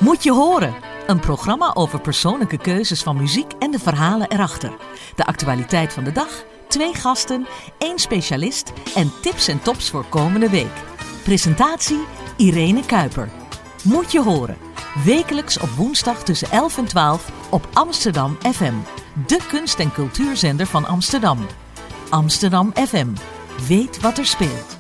Moet je horen. Een programma over persoonlijke keuzes van muziek en de verhalen erachter. De actualiteit van de dag, 2 gasten, 1 specialist en tips en tops voor komende week. Presentatie Irene Kuiper. Moet je horen. Wekelijks op woensdag tussen 11 en 12 op Amsterdam FM. De kunst- en cultuurzender van Amsterdam. Amsterdam FM. Weet wat er speelt.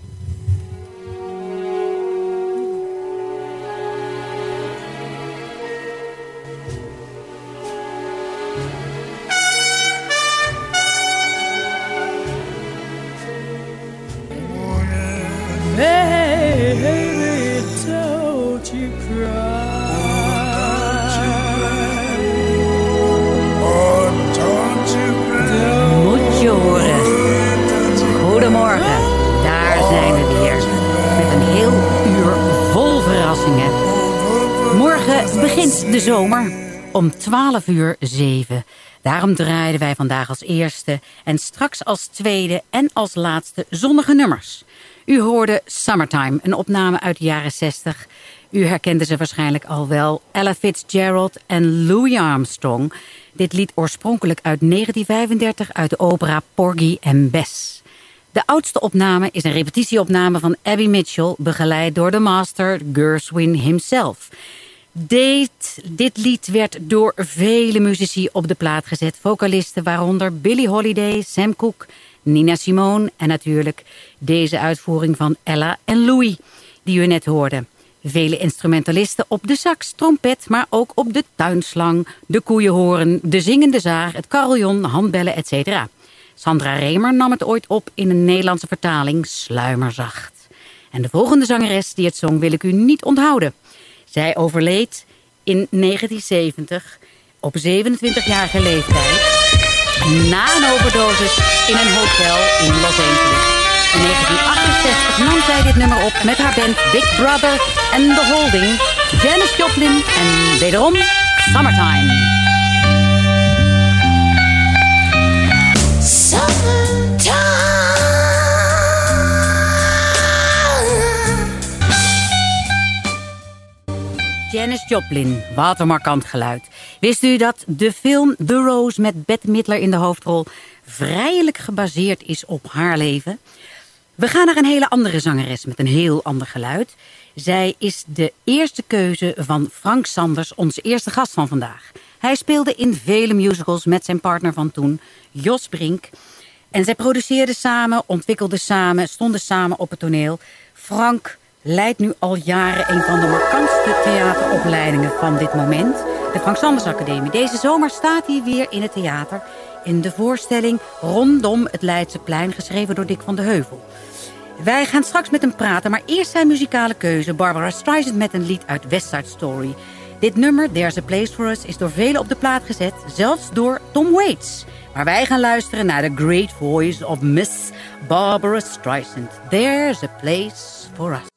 De zomer om 12:07. Daarom draaiden wij vandaag als eerste en straks als tweede en als laatste zonnige nummers. U hoorde Summertime, een opname uit de jaren 60. U herkende ze waarschijnlijk al wel. Ella Fitzgerald en Louis Armstrong. Dit lied oorspronkelijk uit 1935 uit de opera Porgy and Bess. De oudste opname is een repetitieopname van Abby Mitchell, begeleid door de master Gershwin himself. Dit lied werd door vele muzici op de plaat gezet. Vocalisten waaronder Billie Holiday, Sam Cooke, Nina Simone en natuurlijk deze uitvoering van Ella en Louis, die u net hoorde. Vele instrumentalisten op de sax, trompet, maar ook op de tuinslang, de koeienhoorn, de zingende zaag, het carillon, handbellen, etc. Sandra Remer nam het ooit op in een Nederlandse vertaling, Sluimerzacht. En de volgende zangeres die het zong wil ik u niet onthouden. Zij overleed in 1970 op 27-jarige leeftijd na een overdosis in een hotel in Los Angeles. In 1968 nam zij dit nummer op met haar band Big Brother and The Holding, Janis Joplin en wederom Summertime. Janis Joplin, wat een markant geluid. Wist u dat de film The Rose met Bette Midler in de hoofdrol vrijelijk gebaseerd is op haar leven? We gaan naar een hele andere zangeres met een heel ander geluid. Zij is de eerste keuze van Frank Sanders, onze eerste gast van vandaag. Hij speelde in vele musicals met zijn partner van toen, Jos Brink. En zij produceerden samen, ontwikkelden samen, stonden samen op het toneel. Frank leidt nu al jaren een van de markantste theateropleidingen van dit moment. De Frank Sanders Academie. Deze zomer staat hij weer in het theater. In de voorstelling Rondom het Leidseplein, geschreven door Dick van de Heuvel. Wij gaan straks met hem praten, maar eerst zijn muzikale keuze. Barbara Streisand met een lied uit West Side Story. Dit nummer, There's a Place for Us, is door velen op de plaat gezet. Zelfs door Tom Waits. Maar wij gaan luisteren naar de great voice of Miss Barbara Streisand. There's a Place for Us.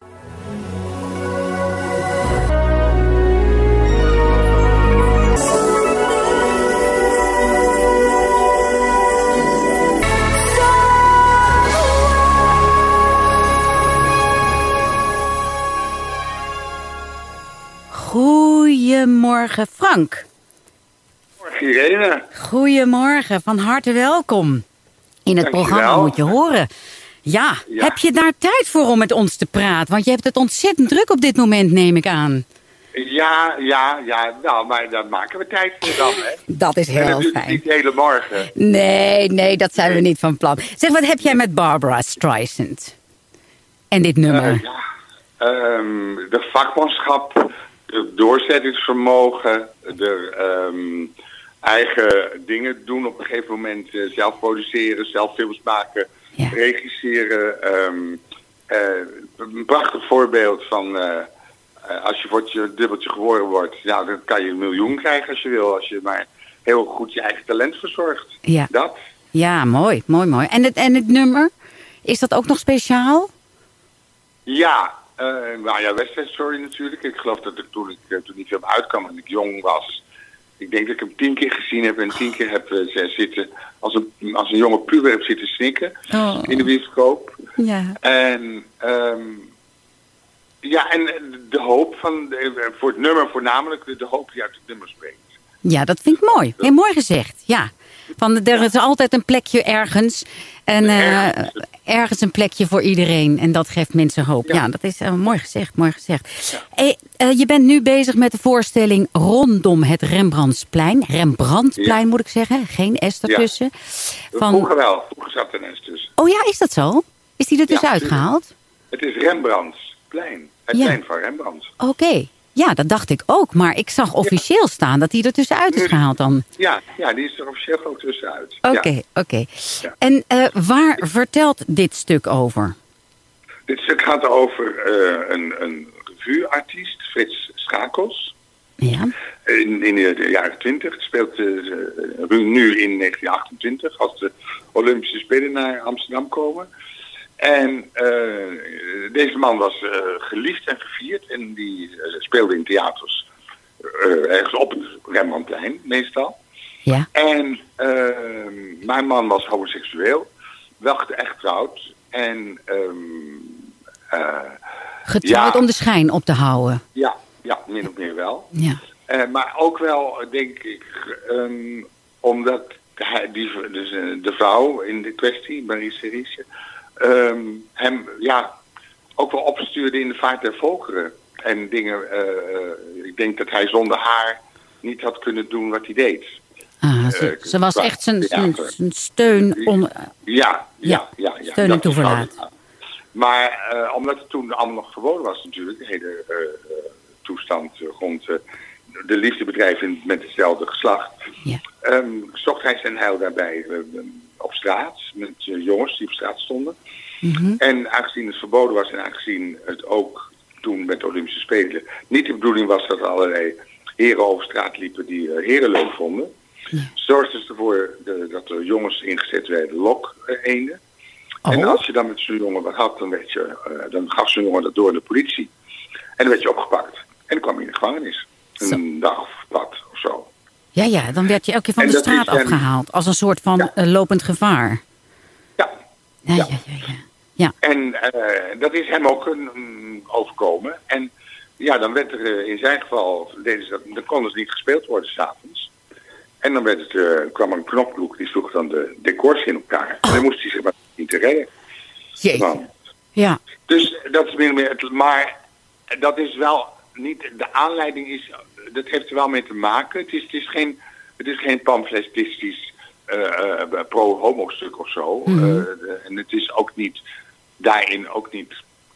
Goedemorgen, Frank. Goedemorgen, Irene. Goedemorgen, van harte welkom in het programma Moet je horen. Ja, heb je daar tijd voor om met ons te praten? Want je hebt het ontzettend druk op dit moment, neem ik aan. Ja, nou, maar daar maken we tijd voor dan, hè. Dat is heel fijn. Niet de hele morgen. Nee, dat zijn we niet van plan. Zeg, wat heb jij met Barbara Streisand? En dit nummer? De vakmanschap, het doorzettingsvermogen, de eigen dingen doen op een gegeven moment, zelf produceren, zelf films maken, regisseren. Een prachtig voorbeeld van als je voor je dubbeltje geboren wordt, ja, dan kan je 1 miljoen krijgen als je wil, als je maar heel goed je eigen talent verzorgt. Ja. Dat. Ja, mooi. En het nummer, is dat ook nog speciaal? Ja. West Side Story natuurlijk. Ik geloof dat toen die film uitkwam en ik jong was, ik denk dat ik hem 10 keer gezien heb en 10 keer heb zitten als een jonge puber heb zitten snikken in de bioscoop. Ja. En Ja, en de hoop voor het nummer voornamelijk, de hoop die uit het nummer spreekt. Ja, dat vind ik mooi. Heel mooi gezegd, ja. Er is altijd een plekje ergens. En ergens een plekje voor iedereen. En dat geeft mensen hoop. Ja, dat is mooi gezegd, mooi gezegd. Ja. Je bent nu bezig met de voorstelling rondom het Rembrandtsplein. Rembrandtplein moet ik zeggen. Geen S ertussen. Ja. Vroeger wel. Vroeger zat er een S tussen. Oh ja, is dat zo? Is die er dus uitgehaald? Het is Rembrandtsplein. Het plein van Rembrandt. Oké. Ja, dat dacht ik ook. Maar ik zag officieel staan dat die er tussenuit is gehaald dan. Ja, die is er officieel ook tussenuit. Oké. Ja. En waar vertelt dit stuk over? Dit stuk gaat over een revueartiest, Frits Schakels. Ja. In de jaren 20. Het speelt nu in 1928 als de Olympische Spelen naar Amsterdam komen. En deze man was geliefd en gevierd en die speelde in theaters ergens op het Rembrandtplein meestal. Ja. En mijn man was homoseksueel, wel echt getrouwd en getrouwd om de schijn op te houden. Ja, min of meer wel. Ja. Maar ook wel, denk ik, omdat de vrouw in de kwestie, Marie Seriesje, hem ook wel opstuurde in de vaart der volkeren. En dingen, ik denk dat hij zonder haar niet had kunnen doen wat hij deed. Ze was echt zijn steun. Steun en toeverlaat. Maar omdat het toen allemaal nog verboden was natuurlijk, de hele toestand rond de liefdebedrijven met hetzelfde geslacht, zocht hij zijn heil daarbij op straat, met jongens die op straat stonden. Mm-hmm. En aangezien het verboden was en aangezien het ook toen met de Olympische Spelen niet de bedoeling was dat allerlei heren over straat liepen die heren leuk vonden, zorgden ze ervoor dat er jongens ingezet werden, lokeenden. Oh. En als je dan met zo'n jongen wat had, dan gaf zo'n jongen dat door aan de politie. En dan werd je opgepakt. En dan kwam je in de gevangenis. Een dag of wat of zo. Ja, dan werd je elke keer van de straat afgehaald. Als een soort van lopend gevaar. Ja. En dat is hem ook overkomen. En dan werd er in zijn geval, dan konden ze niet gespeeld worden 's avonds. En dan kwam er een knoploek, die sloeg dan de decors in elkaar. En dan moest hij zich maar niet te redden. Ja. Dus dat is meer, maar dat is wel niet, de aanleiding is, dat heeft er wel mee te maken. Het is geen pamfletistisch pro-homo-stuk of zo. Mm-hmm. En het is ook niet, daarin ook niet,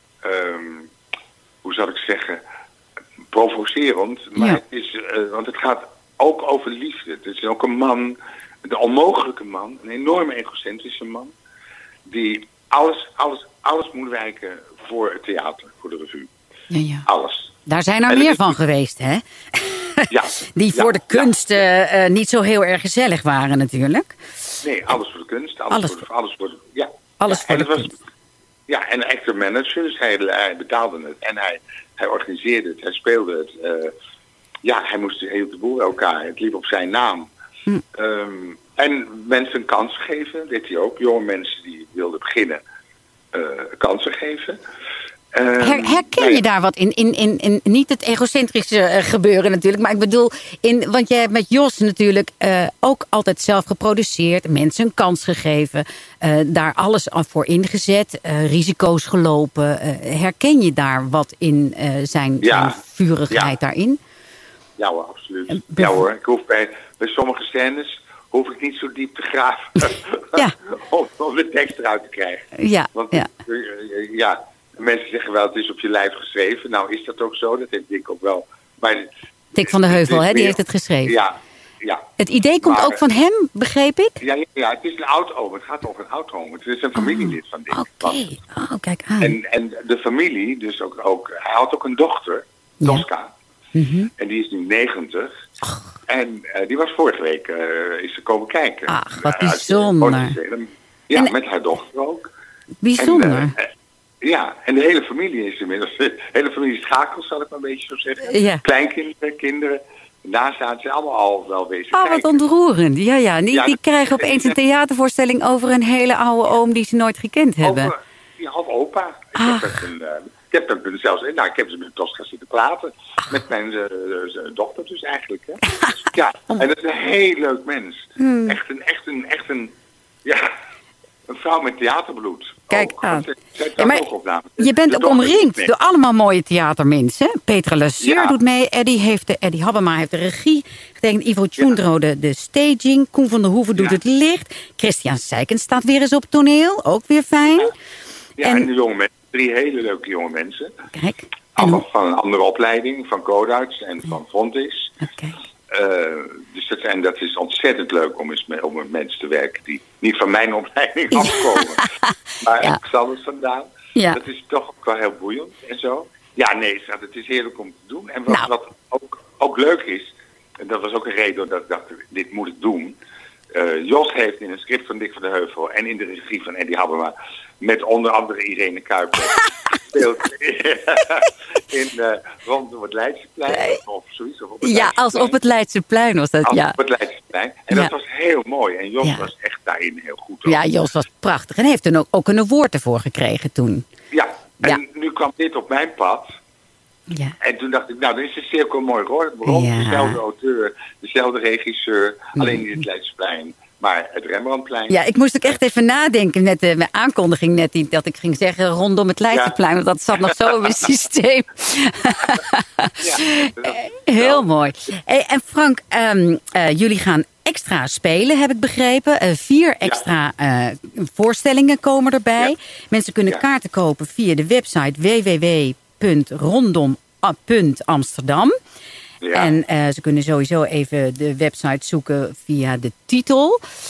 hoe zal ik zeggen, provocerend. Maar het is, want het gaat ook over liefde. Het is ook een man, de onmogelijke man, een enorme egocentrische man, die alles moet wijken voor het theater, voor de revue. Ja. Alles. Daar zijn er meer van geweest, hè? Ja. Die voor de kunst niet zo heel erg gezellig waren natuurlijk. Nee, alles voor de kunst. Alles voor de kunst. Ja, en een echte manager. Dus hij betaalde het. En hij organiseerde het. Hij speelde het. Hij hield de boel bij elkaar. Het liep op zijn naam. En mensen een kans geven. Deed hij ook. Jonge mensen die wilden beginnen kansen geven. Herken je daar wat in niet het egocentrische gebeuren natuurlijk, maar ik bedoel, want jij hebt met Jos natuurlijk ook altijd zelf geproduceerd, mensen een kans gegeven, daar alles voor ingezet, risico's gelopen. Herken je daar wat in zijn vurigheid daarin? Ja hoor, absoluut. Ja hoor, ik hoef bij sommige scènes hoef ik niet zo diep te graven om de tekst eruit te krijgen. Mensen zeggen wel, het is op je lijf geschreven. Nou, is dat ook zo? Dat heeft Dick ook wel. Maar Dick van de Heuvel, die heeft het geschreven. Ja. Het idee komt ook van hem, begreep ik? Ja, het is een oud-oom. Het gaat over een oud-oom. Het is een familielid van Dick. Oké. Kijk aan. En de familie, dus ook hij had ook een dochter, Tosca. Mm-hmm. En die is nu 90. En die was vorige week, is ze komen kijken. Ach, wat bijzonder. Met haar dochter ook. Bijzonder. En de hele familie is inmiddels, de hele familie Schakels, zal ik maar een beetje zo zeggen. Ja. Kleinkinderen, kinderen, nazaten zijn allemaal al wel bezig kijken. Wat ontroerend. Ja. Die krijgen opeens een theatervoorstelling over een hele oude oom die ze nooit gekend hebben. Of opa. Ik heb ze met Tosca zitten praten. Met mijn dochter dus eigenlijk. Hè. Ja, en dat is een heel leuk mens. Echt een vrouw met theaterbloed. Kijk aan. Maar je bent ook omringd door allemaal mooie theatermensen. Petra Lasseur doet mee. Eddie Habbema heeft de regie getekend. Ivo Tjoendro de staging. Koen van der Hoeven doet het licht. Christian Seikens staat weer eens op toneel. Ook weer fijn. Ja, en de jonge mensen. 3 hele leuke jonge mensen. Kijk. Allemaal van een andere opleiding. Van Coduits en van Fontis. Oké. Dus dat is ontzettend leuk om met mensen te werken die niet van mijn opleiding afkomen. Maar ik zal het vandaan. Ja. Dat is toch ook wel heel boeiend en zo. Ja, nee, het is heerlijk om te doen. En wat ook leuk is, en dat was ook een reden dat ik dacht, dit moet ik doen. Jos heeft in een script van Dick van der Heuvel en in de regie van Eddie Habbema met onder andere Irene Kuiper gespeeld rondom het Leidseplein of zoiets. Of op het als op het Leidseplein was dat, op het Leidseplein. En dat was heel mooi. En Jos was echt daarin heel goed. Ook. Ja, Jos was prachtig. En heeft toen ook een woord ervoor gekregen toen. Ja, en nu kwam dit op mijn pad. Ja. En toen dacht ik, nou, dit is een cirkel mooi rond. Dezelfde auteur, dezelfde regisseur, alleen niet het Leidseplein, maar het Rembrandtplein. Ja, ik moest ook echt even nadenken met mijn aankondiging net, dat ik ging zeggen rondom het Leidseplein, want dat zat nog zo in mijn systeem. Heel mooi. En Frank, jullie gaan extra spelen, heb ik begrepen. 4 extra voorstellingen komen erbij. Ja. Mensen kunnen kaarten kopen via de website www.rondom.amsterdam. Ja. En ze kunnen sowieso even de website zoeken via de titel.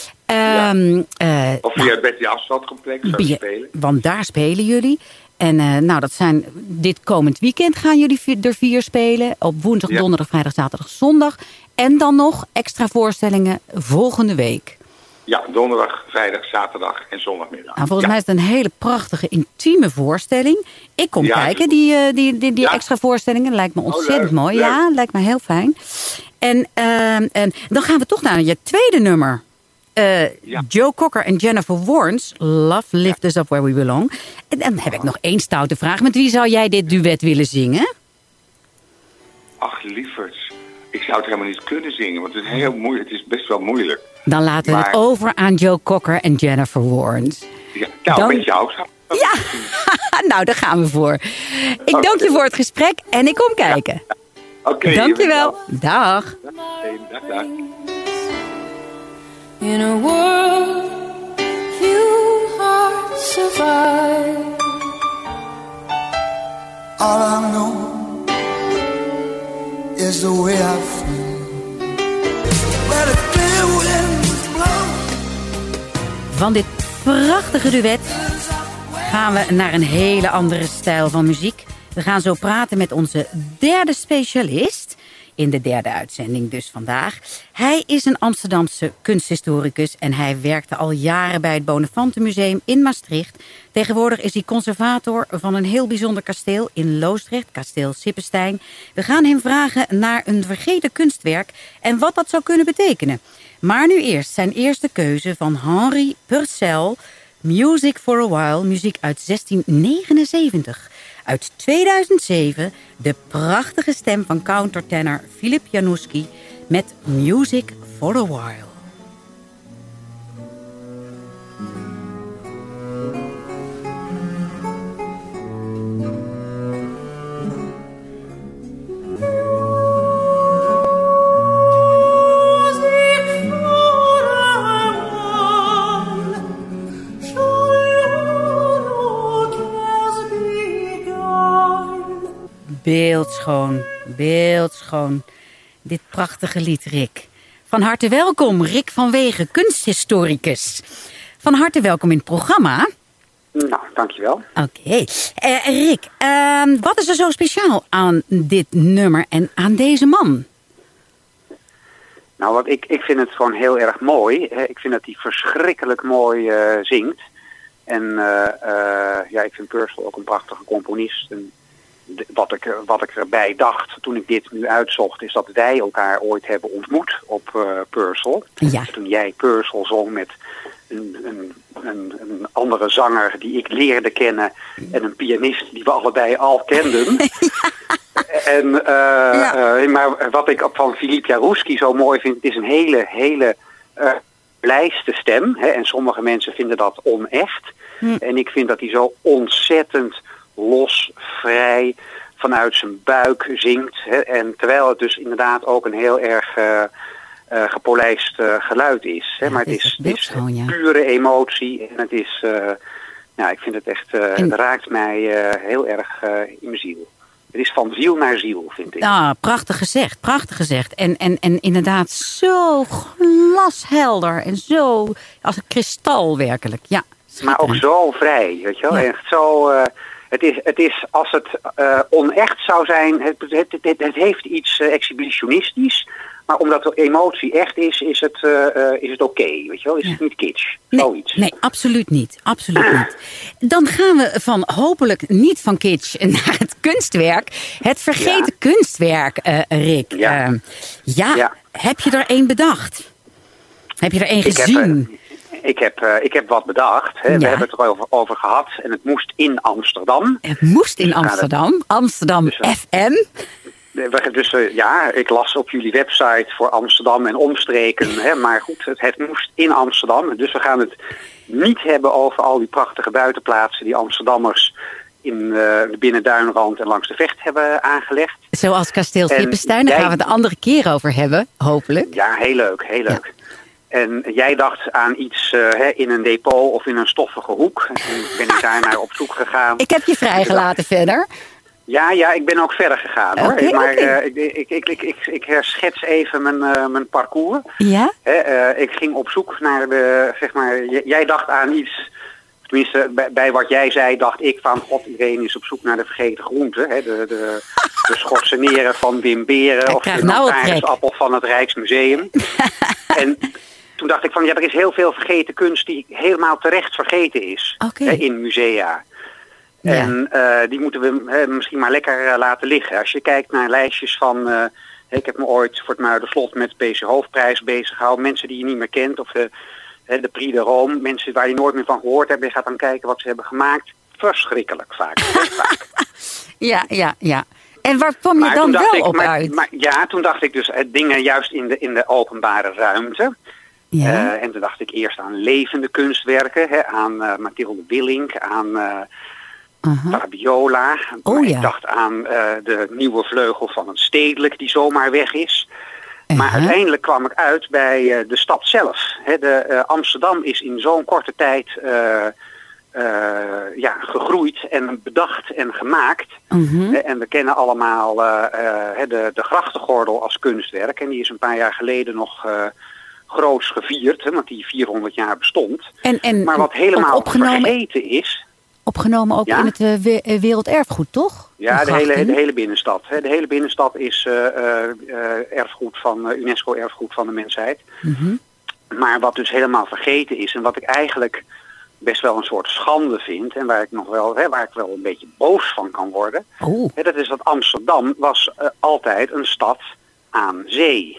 Of via het Betty Asphalt-complex spelen. Want daar spelen jullie. En dat zijn dit komend weekend gaan jullie er 4 spelen. Op woensdag, donderdag, vrijdag, zaterdag, zondag. En dan nog extra voorstellingen volgende week. Ja, donderdag, vrijdag, zaterdag en zondagmiddag. Nou, volgens mij is het een hele prachtige, intieme voorstelling. Ik kom kijken, die extra voorstellingen. Lijkt me ontzettend mooi. Leuk. Ja, lijkt me heel fijn. En dan gaan we toch naar je tweede nummer. Joe Cocker en Jennifer Warnes, Love Lift Us Up Where We Belong. En dan heb ik nog 1 stoute vraag. Met wie zou jij dit duet willen zingen? Ach, lieverds. Ik zou het helemaal niet kunnen zingen, want het is heel moeilijk. Het is best wel moeilijk. Dan laten we het over aan Joe Cocker en Jennifer Warnes. Ja, met jou. Ja, nou, daar gaan we voor. Ik dank je voor het gesprek en ik kom kijken. Oké. Dankjewel. Dag. Dag. In a world few hearts survive. All I know is the way I feel. Where the clear winds blow. Van dit prachtige duet gaan we naar een hele andere stijl van muziek. We gaan zo praten met onze derde specialist. In de derde uitzending dus vandaag. Hij is een Amsterdamse kunsthistoricus en hij werkte al jaren bij het Bonafantenmuseum in Maastricht. Tegenwoordig is hij conservator van een heel bijzonder kasteel in Loosdrecht, kasteel Sippenstein. We gaan hem vragen naar een vergeten kunstwerk en wat dat zou kunnen betekenen. Maar nu eerst zijn eerste keuze van Henri Purcell, Music for a While, muziek uit 1679. Uit 2007 de prachtige stem van countertenor Filip Januszky met Music for a While. Beeldschoon. Dit prachtige lied, Rick. Van harte welkom, Rick van Wegen, kunsthistoricus. Van harte welkom in het programma. Nou, dankjewel. Oké. Rick, wat is er zo speciaal aan dit nummer en aan deze man? Nou, ik vind het gewoon heel erg mooi. Ik vind dat hij verschrikkelijk mooi zingt. En ik vind Purcell ook een prachtige componist. En wat ik erbij dacht toen ik dit nu uitzocht, is dat wij elkaar ooit hebben ontmoet op Purcell. Ja. Toen jij Purcell zong met een andere zanger die ik leerde kennen en een pianist die we allebei al kenden. En, maar wat ik van Philippe Jarouski zo mooi vind, het is een hele blijste stem. Hè, en sommige mensen vinden dat onecht. En ik vind dat hij zo ontzettend los, vrij vanuit zijn buik zingt. Hè, en terwijl het dus inderdaad ook een heel erg gepolijst geluid is. Hè, maar het is pure emotie. En het is, ik vind het echt, het raakt mij heel erg in mijn ziel. Het is van ziel naar ziel, vind ik. Nou, prachtig gezegd. En inderdaad zo glashelder en zo als een kristal werkelijk. Ja, maar ook zo vrij, weet je wel. Ja. Echt zo, het is als het onecht zou zijn, het heeft iets exhibitionistisch. Maar omdat de emotie echt is het oké, weet je wel? Is het niet kitsch? Zoiets. Nee, absoluut niet. Dan gaan we hopelijk niet van kitsch naar het kunstwerk. Het vergeten kunstwerk, Rick. Ja. Heb je er één bedacht? Heb je er één gezien? Ik heb wat bedacht. Hè. Ja. We hebben het erover gehad. En het moest in Amsterdam. Het moest in Amsterdam. Amsterdam FM. Dus ik las op jullie website voor Amsterdam en omstreken. Hè, maar goed, het moest in Amsterdam. Dus we gaan het niet hebben over al die prachtige buitenplaatsen die Amsterdammers in de Binnenduinrand en langs de Vecht hebben aangelegd. Zoals Kasteel Vippenstein, daar gaan we het de andere keer over hebben, hopelijk. Ja, heel leuk. Ja. En jij dacht aan iets in een depot of in een stoffige hoek. En toen ben ik daar naar op zoek gegaan. Ik heb je vrijgelaten verder. Ja, ik ben ook verder gegaan hoor. Ik herschets even mijn parcours. Ja? Ik ging op zoek naar jij dacht aan iets, tenminste bij wat jij zei dacht ik van god, iedereen is op zoek naar de vergeten groenten. Hè? De schorseneren van Wim Beren of de notaris-appel van het Rijksmuseum. En toen dacht ik van er is heel veel vergeten kunst die helemaal terecht vergeten is in musea. Ja. En die moeten we misschien maar lekker laten liggen. Als je kijkt naar lijstjes van... ik heb me ooit voor het Muiderslot met de PC Hoofdprijs bezig gehouden. Mensen die je niet meer kent. Of de Prix de Rome. Mensen waar je nooit meer van gehoord hebt. Je gaat dan kijken wat ze hebben gemaakt. Verschrikkelijk vaak. Ja. En waar kwam je dan wel op uit? Toen dacht ik dus dingen juist in de openbare ruimte. Ja. En toen dacht ik eerst aan levende kunstwerken. Aan Mathilde Willink. Aan... Fabiola. Ik dacht aan de nieuwe vleugel van het Stedelijk die zomaar weg is. Maar uiteindelijk kwam ik uit bij de stad zelf. Amsterdam is in zo'n korte tijd gegroeid en bedacht en gemaakt. En we kennen allemaal de grachtengordel als kunstwerk. En die is een paar jaar geleden nog groots gevierd. Want die 400 jaar bestond. Maar wat helemaal vergeten is... Opgenomen ook in het werelderfgoed, toch? Ja, de hele binnenstad. De hele binnenstad is erfgoed van UNESCO erfgoed van de mensheid. Maar wat dus helemaal vergeten is en wat ik eigenlijk best wel een soort schande vind en waar ik wel een beetje boos van kan worden. Dat is dat Amsterdam was altijd een stad aan zee.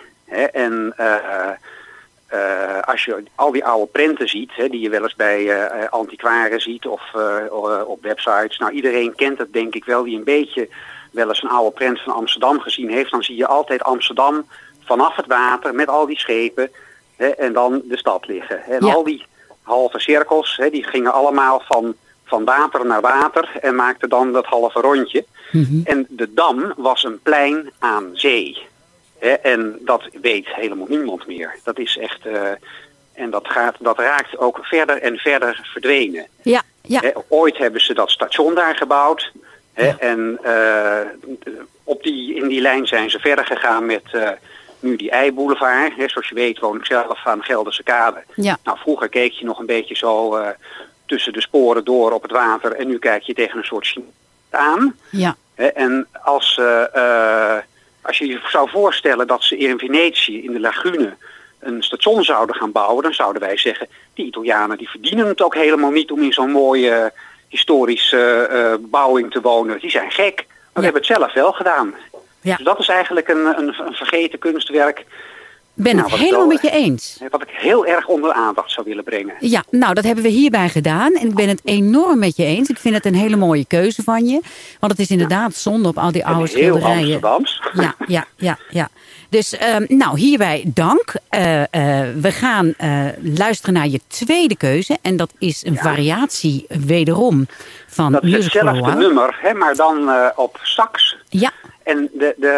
Als je al die oude prenten ziet, die je wel eens bij antiquaren ziet of op websites. Nou, iedereen kent het denk ik wel, die een beetje wel eens een oude prent van Amsterdam gezien heeft. Dan zie je altijd Amsterdam vanaf het water met al die schepen en dan de stad liggen. En al die halve cirkels, die gingen allemaal van water naar water en maakten dan dat halve rondje. En de Dam was een plein aan zee. En dat weet helemaal niemand meer. Dat is echt... en dat raakt ook verder en verder verdwenen. Ja. Ooit hebben ze dat station daar gebouwd. En in die lijn zijn ze verder gegaan met nu die Eiboulevard. Zoals je weet woon ik zelf aan Gelderse Kade. Ja. Nou, vroeger keek je nog een beetje zo tussen de sporen door op het water. En nu kijk je tegen een soort aan. Ja. En als je je zou voorstellen dat ze in Venetië, in de lagune, een station zouden gaan bouwen, dan zouden wij zeggen, die Italianen die verdienen het ook helemaal niet om in zo'n mooie historische bouwing te wonen. Die zijn gek. we hebben het zelf wel gedaan. Ja. Dus dat is eigenlijk een vergeten kunstwerk. Ben het helemaal met je eens. Wat ik heel erg onder de aandacht zou willen brengen. Ja, nou, dat hebben we hierbij gedaan. En ik ben het enorm met je eens. Ik vind het een hele mooie keuze van je. Want het is inderdaad zonde op al die oude schilderijen. Heel Amsterdams. Ja. Dus, nou, hierbij dank. We gaan luisteren naar je tweede keuze. En dat is een variatie wederom van dat is Music for a hetzelfde While. nummer, hè, maar dan op sax. Ja. En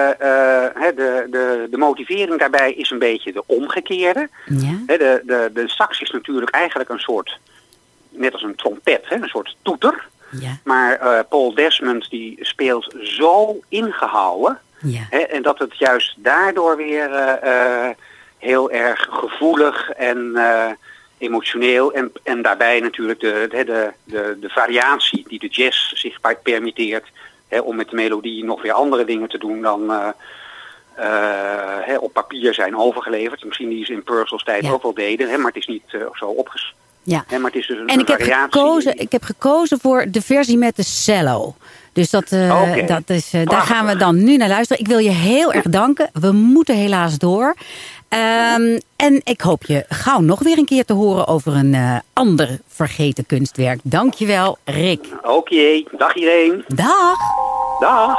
de motivering daarbij is een beetje de omgekeerde. Ja. De sax is natuurlijk eigenlijk een soort, net als een trompet, een soort toeter. Ja. Maar Paul Desmond die speelt zo ingehouden. Ja. En dat het juist daardoor weer heel erg gevoelig en emotioneel. En daarbij natuurlijk de variatie die de jazz zich permitteert. Om met de melodie nog weer andere dingen te doen dan op papier zijn overgeleverd. Misschien die ze in Purcell's tijd ook wel deden, maar het is niet zo opgeschreven. Ja. Maar het is dus En ik heb gekozen voor de versie met de cello. Dus dat is, daar gaan we dan nu naar luisteren. Ik wil je heel erg danken. We moeten helaas door. En ik hoop je gauw nog weer een keer te horen over een ander vergeten kunstwerk. Dankjewel, Rick. Oké, dag iedereen. Dag. Dag.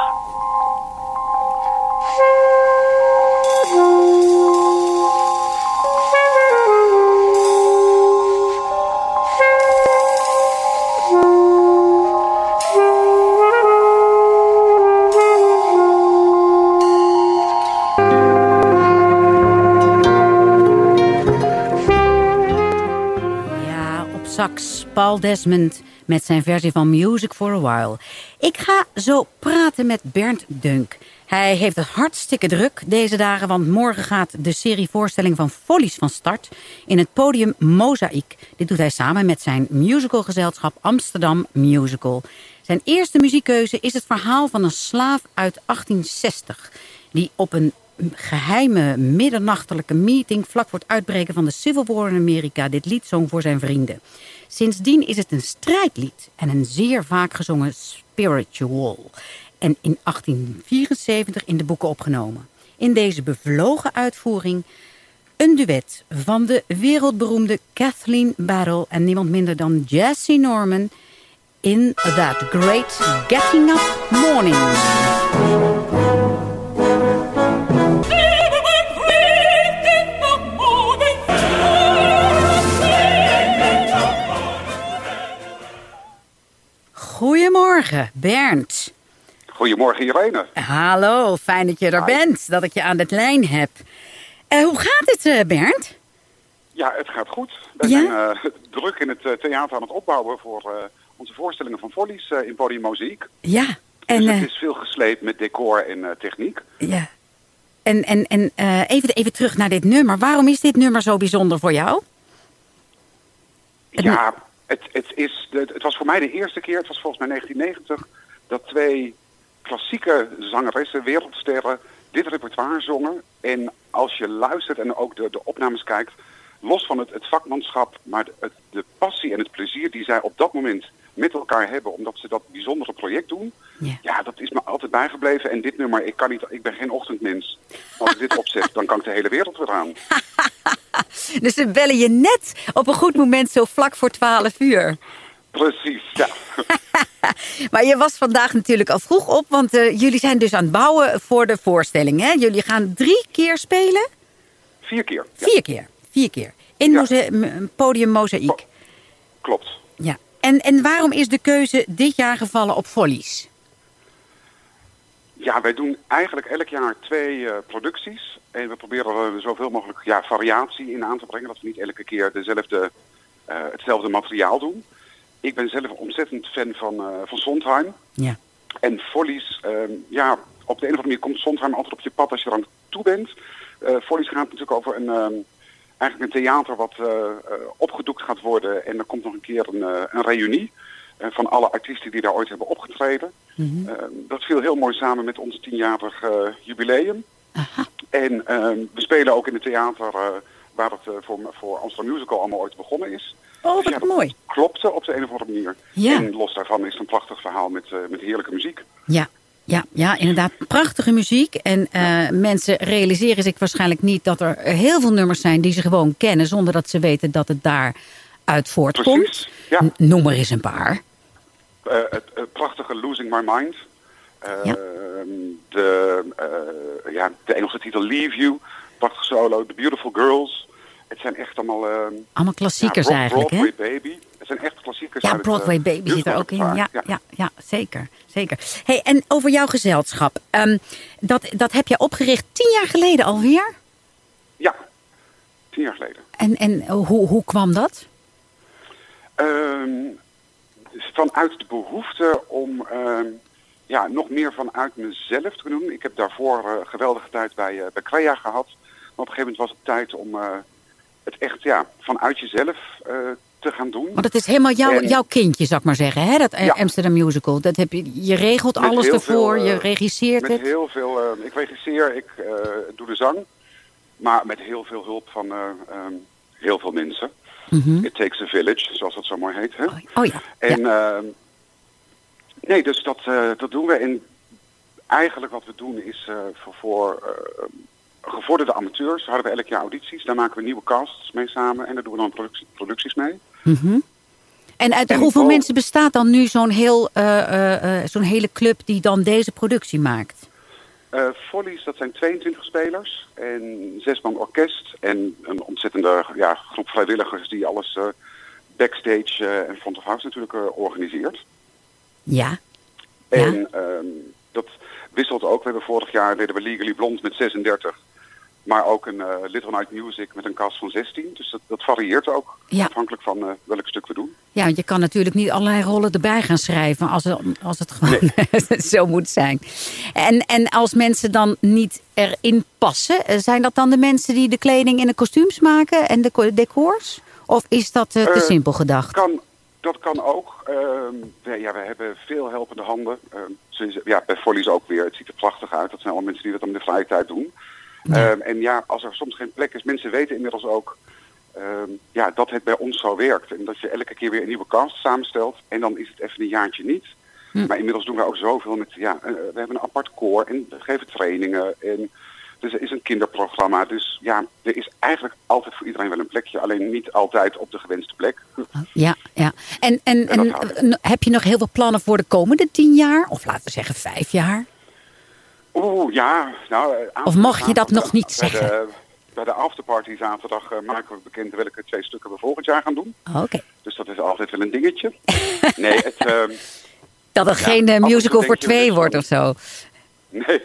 Sax, Paul Desmond met zijn versie van Music for a While. Ik ga zo praten met Bernd Dunk. Hij heeft het hartstikke druk deze dagen, want morgen gaat de serie voorstelling van Follies van start in het podium Mozaïek. Dit doet hij samen met zijn musicalgezelschap Amsterdam Musical. Zijn eerste muziekkeuze is het verhaal van een slaaf uit 1860... die op een geheime middernachtelijke meeting vlak voor het uitbreken van de Civil War in Amerika dit lied zong voor zijn vrienden. Sindsdien is het een strijdlied en een zeer vaak gezongen spiritual. En in 1874 in de boeken opgenomen. In deze bevlogen uitvoering een duet van de wereldberoemde Kathleen Battle en niemand minder dan Jesse Norman in That Great Getting Up Morning. Goedemorgen, Bernd. Goedemorgen, Irene. Hallo, fijn dat je er bent, dat ik je aan de lijn heb. Hoe gaat het, Bernd? Ja, het gaat goed. We zijn druk in het theater aan het opbouwen voor onze voorstellingen van Follies in Podium Mozaïek. Ja. En, dus het is veel gesleept met decor en techniek. Ja. En even terug naar dit nummer. Waarom is dit nummer zo bijzonder voor jou? Ja, het was voor mij de eerste keer, het was volgens mij 1990, dat twee klassieke zangeressen, wereldsterren, dit repertoire zongen. En als je luistert en ook de opnames kijkt, los van het vakmanschap, maar de passie en het plezier die zij op dat moment met elkaar hebben, omdat ze dat bijzondere project doen. Ja, dat is me altijd bijgebleven. En dit nummer, ik ben geen ochtendmens. Als ik dit opzet, dan kan ik de hele wereld weer aan. Dus ze bellen je net op een goed moment zo vlak voor 12 uur. Precies, ja. Maar je was vandaag natuurlijk al vroeg op, want jullie zijn dus aan het bouwen voor de voorstelling, hè? Jullie gaan 3 keer spelen? 4 keer. Ja. 4 keer. In Podium Mozaïek. Klopt. Ja. En waarom is de keuze dit jaar gevallen op Follies? Ja, wij doen eigenlijk elk jaar 2 producties. En we proberen er zoveel mogelijk variatie in aan te brengen. Dat we niet elke keer hetzelfde materiaal doen. Ik ben zelf ontzettend fan van Sondheim. Ja. En Follies, op de een of andere manier komt Sondheim altijd op je pad als je er aan toe bent. Follies gaat natuurlijk over eigenlijk een theater wat opgedoekt gaat worden. En er komt nog een keer een reunie van alle artiesten die daar ooit hebben opgetreden. Mm-hmm. Dat viel heel mooi samen met ons 10-jarig jubileum. Aha. En we spelen ook in het theater waar het voor Amsterdam Musical allemaal ooit begonnen is. Oh, wat mooi. Klopte op de een of andere manier. Ja. En los daarvan is het een prachtig verhaal met heerlijke muziek. Ja. Ja, inderdaad. Prachtige muziek. En mensen realiseren zich waarschijnlijk niet dat er heel veel nummers zijn die ze gewoon kennen, zonder dat ze weten dat het daaruit voortkomt. Precies, ja. Noem er eens een paar. Het prachtige Losing My Mind. Ja. De Engelse titel Leave You. Prachtig solo. The Beautiful Girls. Het zijn echt allemaal klassiekers eigenlijk, hè? Broadway Baby. Het zijn echt klassiekers. Ja, Broadway Baby zit er ook in. Ja, zeker. Hey, en over jouw gezelschap. Dat heb je opgericht 10 jaar geleden alweer? Ja, 10 jaar geleden. En hoe kwam dat? Vanuit de behoefte om nog meer vanuit mezelf te doen. Ik heb daarvoor een geweldige tijd bij Crea gehad. Maar op een gegeven moment was het tijd om het echt vanuit jezelf te gaan doen. Want het is helemaal jouw kindje, zou ik maar zeggen, hè? Dat Amsterdam Musical. Dat je regelt alles ervoor, je regisseert het. Met heel veel, ik regisseer, ik doe de zang. Maar met heel veel hulp van heel veel mensen. Mm-hmm. It takes a village, zoals dat zo mooi heet. Hè? Oh ja. En dus dat doen we. En eigenlijk wat we doen is voor gevorderde amateurs hadden we elk jaar audities. Daar maken we nieuwe casts mee samen. En daar doen we dan producties mee. Mm-hmm. En uit hoeveel mensen bestaat dan nu zo'n hele club die dan deze productie maakt? Follies, dat zijn 22 spelers en 6-man orkest en een ontzettende groep vrijwilligers die alles backstage en front of house natuurlijk organiseert. Ja. En dat wisselt ook. We hebben vorig jaar deden we Legally Blonde met 36, maar ook een Little Night Music met een cast van 16. Dus dat varieert ook afhankelijk van welk stuk we doen. Ja, want je kan natuurlijk niet allerlei rollen erbij gaan schrijven als het gewoon zo moet zijn. En als mensen dan niet erin passen, zijn dat dan de mensen die de kleding en de kostuums maken en de decors? Of is dat te simpel gedacht? Dat kan ook. We hebben veel helpende handen. Bij Follies ook weer. Het ziet er prachtig uit. Dat zijn allemaal mensen die dat dan in de vrije tijd doen. Ja. Als er soms geen plek is, mensen weten inmiddels ook dat het bij ons zo werkt. En dat je elke keer weer een nieuwe cast samenstelt. En dan is het even een jaartje niet. Maar inmiddels doen we ook zoveel met... we hebben een apart koor en we geven trainingen. En dus er is een kinderprogramma. Dus er is eigenlijk altijd voor iedereen wel een plekje. Alleen niet altijd op de gewenste plek. Ja. En heb je nog heel veel plannen voor de komende 10 jaar? Of laten we zeggen 5 jaar? Of mag je dat nog niet zeggen? Bij de afterparty zaterdag maken we bekend welke 2 stukken we volgend jaar gaan doen. Oké. Dus dat is altijd wel een dingetje. Nee, dat het geen musical voor 2 wordt of zo. Nee.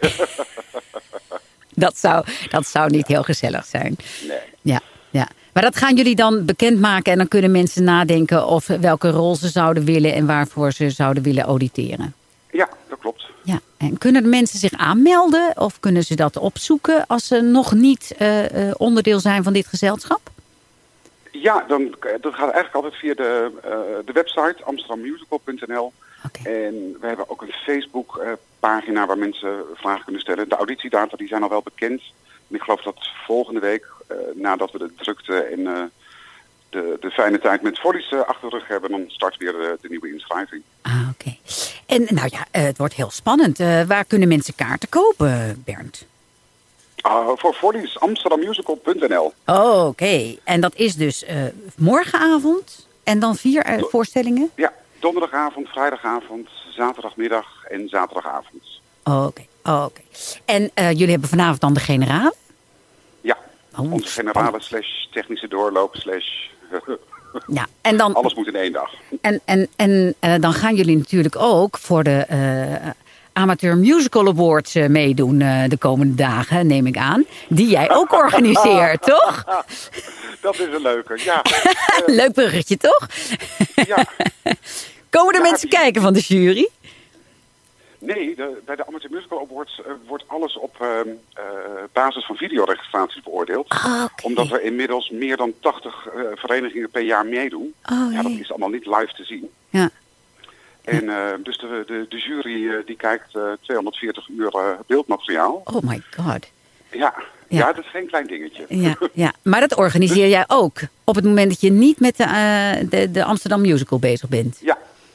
Dat zou niet heel gezellig zijn. Nee. Ja. Maar dat gaan jullie dan bekendmaken en dan kunnen mensen nadenken of welke rol ze zouden willen en waarvoor ze zouden willen auditeren. Ja, dat klopt. Ja. En kunnen de mensen zich aanmelden of kunnen ze dat opzoeken als ze nog niet onderdeel zijn van dit gezelschap? Ja, dat gaat eigenlijk altijd via de website amsterdammusical.nl. Okay. En we hebben ook een Facebook pagina waar mensen vragen kunnen stellen. De auditiedata die zijn al wel bekend. En ik geloof dat volgende week, nadat we de drukte en de fijne tijd met Follies achter de rug hebben, dan start weer de nieuwe inschrijving. Oké. En het wordt heel spannend. Waar kunnen mensen kaarten kopen, Bernd? Voor Follies, amsterdammusical.nl. Oké. En dat is dus morgenavond en dan 4 voorstellingen? Ja, donderdagavond, vrijdagavond, zaterdagmiddag en zaterdagavond. Oké. En jullie hebben vanavond dan de generale? Ja, onze generale / technische doorloop / ja, en dan, alles moet in 1 dag. En dan gaan jullie natuurlijk ook voor de Amateur Musical Awards meedoen de komende dagen, neem ik aan. Die jij ook organiseert, toch? Dat is een leuke, ja. Leuk bruggetje, toch? Ja. Komen er mensen kijken van de jury? Nee, bij de Amateur Musical Awards wordt alles op basis van videoregistraties beoordeeld. Okay. Omdat er inmiddels meer dan 80 verenigingen per jaar meedoen. Dat is allemaal niet live te zien. Ja. En dus de jury die kijkt 240 uur beeldmateriaal. Oh my god. Ja, dat is geen klein dingetje. Ja. Maar dat organiseer jij ook op het moment dat je niet met de Amsterdam Musical bezig bent? Ja.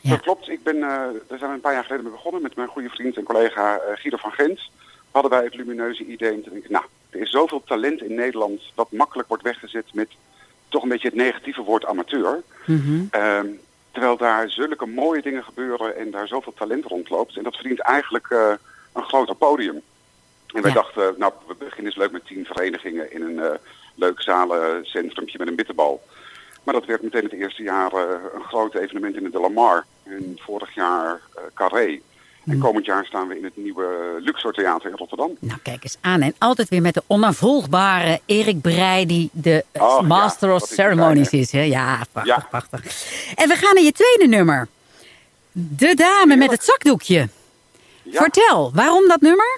Ja. Dat klopt. Daar zijn we een paar jaar geleden mee begonnen met mijn goede vriend en collega Guido van Gent. Hadden wij het lumineuze idee om te denken, nou, er is zoveel talent in Nederland dat makkelijk wordt weggezet met toch een beetje het negatieve woord amateur. Mhm. Terwijl daar zulke mooie dingen gebeuren en daar zoveel talent rondloopt. En dat verdient eigenlijk een groter podium. En wij dachten, nou, we beginnen eens leuk met 10 verenigingen in een leuk zalencentrumtje met een bitterbal. Maar dat werd meteen het eerste jaar een groot evenement in de Lamar. En vorig jaar Carré. En komend jaar staan we in het nieuwe Luxor Theater in Rotterdam. Nou, kijk eens aan. En altijd weer met de onafvolgbare Erik Breij, die de Master of Ceremonies is. Hè? Ja, prachtig, prachtig. En we gaan naar je tweede nummer. De dame met het zakdoekje. Ja. Vertel, waarom dat nummer?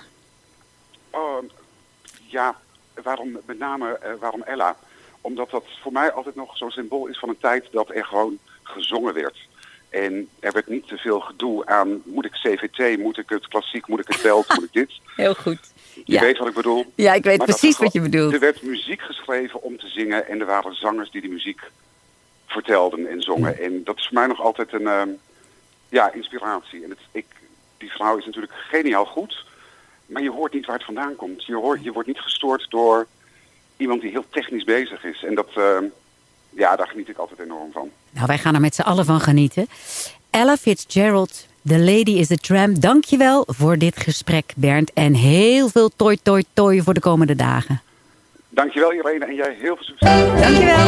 Met name waarom Ella? Omdat dat voor mij altijd nog zo'n symbool is van een tijd dat er gewoon gezongen werd. En er werd niet te veel gedoe aan, moet ik CVT, moet ik het klassiek, moet ik het veld, moet ik dit. Heel goed. Je weet wat ik bedoel. Ja, ik weet precies wat je bedoelt. Er werd muziek geschreven om te zingen en er waren zangers die muziek vertelden en zongen. En dat is voor mij nog altijd een inspiratie. En die vrouw is natuurlijk geniaal goed, maar je hoort niet waar het vandaan komt. Je wordt niet gestoord door iemand die heel technisch bezig is. En dat, daar geniet ik altijd enorm van. Nou, wij gaan er met z'n allen van genieten. Ella Fitzgerald, The Lady is a Tramp. Dankjewel voor dit gesprek, Bernd. En heel veel toi voor de komende dagen. Dankjewel, Irene. En jij heel veel succes. Dankjewel.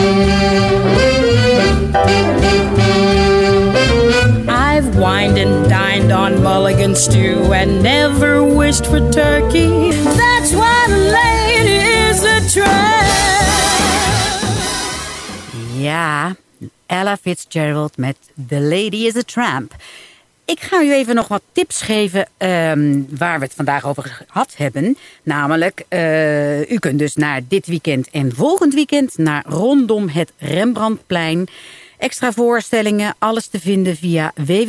I've wined and dined on mulligan stew and never wished for turkey. That's why the lady is a tramp. Ja, Ella Fitzgerald met The Lady is a Tramp. Ik ga u even nog wat tips geven waar we het vandaag over gehad hebben. Namelijk, u kunt dus naar dit weekend en volgend weekend naar rondom het Rembrandtplein. Extra voorstellingen, alles te vinden via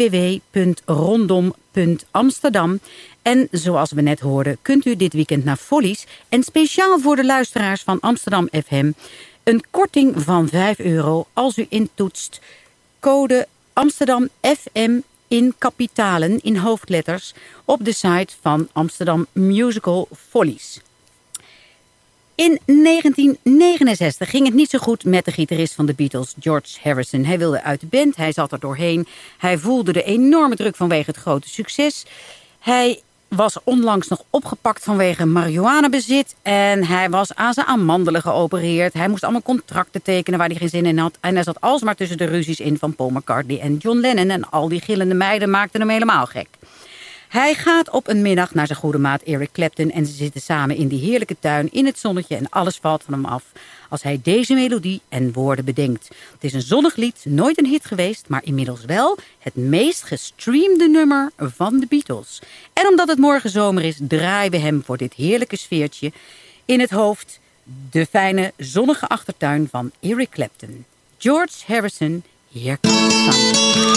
www.rondom.amsterdam. En zoals we net hoorden, kunt u dit weekend naar Follies. En speciaal voor de luisteraars van Amsterdam FM... een korting van €5 als u intoetst code Amsterdam FM in kapitalen, in hoofdletters, op de site van Amsterdam Musical Follies. In 1969 ging het niet zo goed met de gitarist van de Beatles, George Harrison. Hij wilde uit de band, hij zat er doorheen. Hij voelde de enorme druk vanwege het grote succes. Hij was onlangs nog opgepakt vanwege marihuanabezit. En hij was aan zijn amandelen geopereerd. Hij moest allemaal contracten tekenen waar hij geen zin in had. En hij zat alsmaar tussen de ruzies in van Paul McCartney en John Lennon. En al die gillende meiden maakten hem helemaal gek. Hij gaat op een middag naar zijn goede maat Eric Clapton. En ze zitten samen in die heerlijke tuin in het zonnetje. En alles valt van hem af als hij deze melodie en woorden bedenkt. Het is een zonnig lied, nooit een hit geweest, maar inmiddels wel het meest gestreamde nummer van de Beatles. En omdat het morgen zomer is, draaien we hem voor dit heerlijke sfeertje in het hoofd de fijne zonnige achtertuin van Eric Clapton. George Harrison, Here Comes the Sun.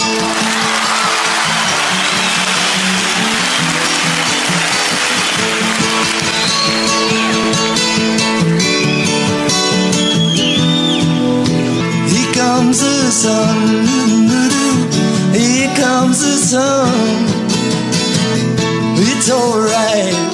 Here comes the sun, here comes the sun. It's alright.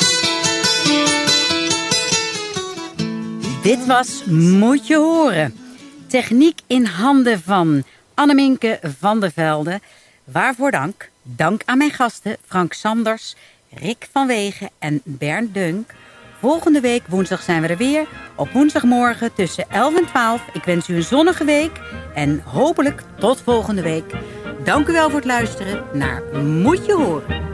Dit was Moet je horen. Techniek in handen van Anneminke van der Velde. Waarvoor dank? Dank aan mijn gasten Frank Sanders, Rick van Wegen en Bernd Dunk. Volgende week woensdag zijn we er weer. Op woensdagmorgen tussen 11 en 12. Ik wens u een zonnige week. En hopelijk tot volgende week. Dank u wel voor het luisteren naar Moet je horen.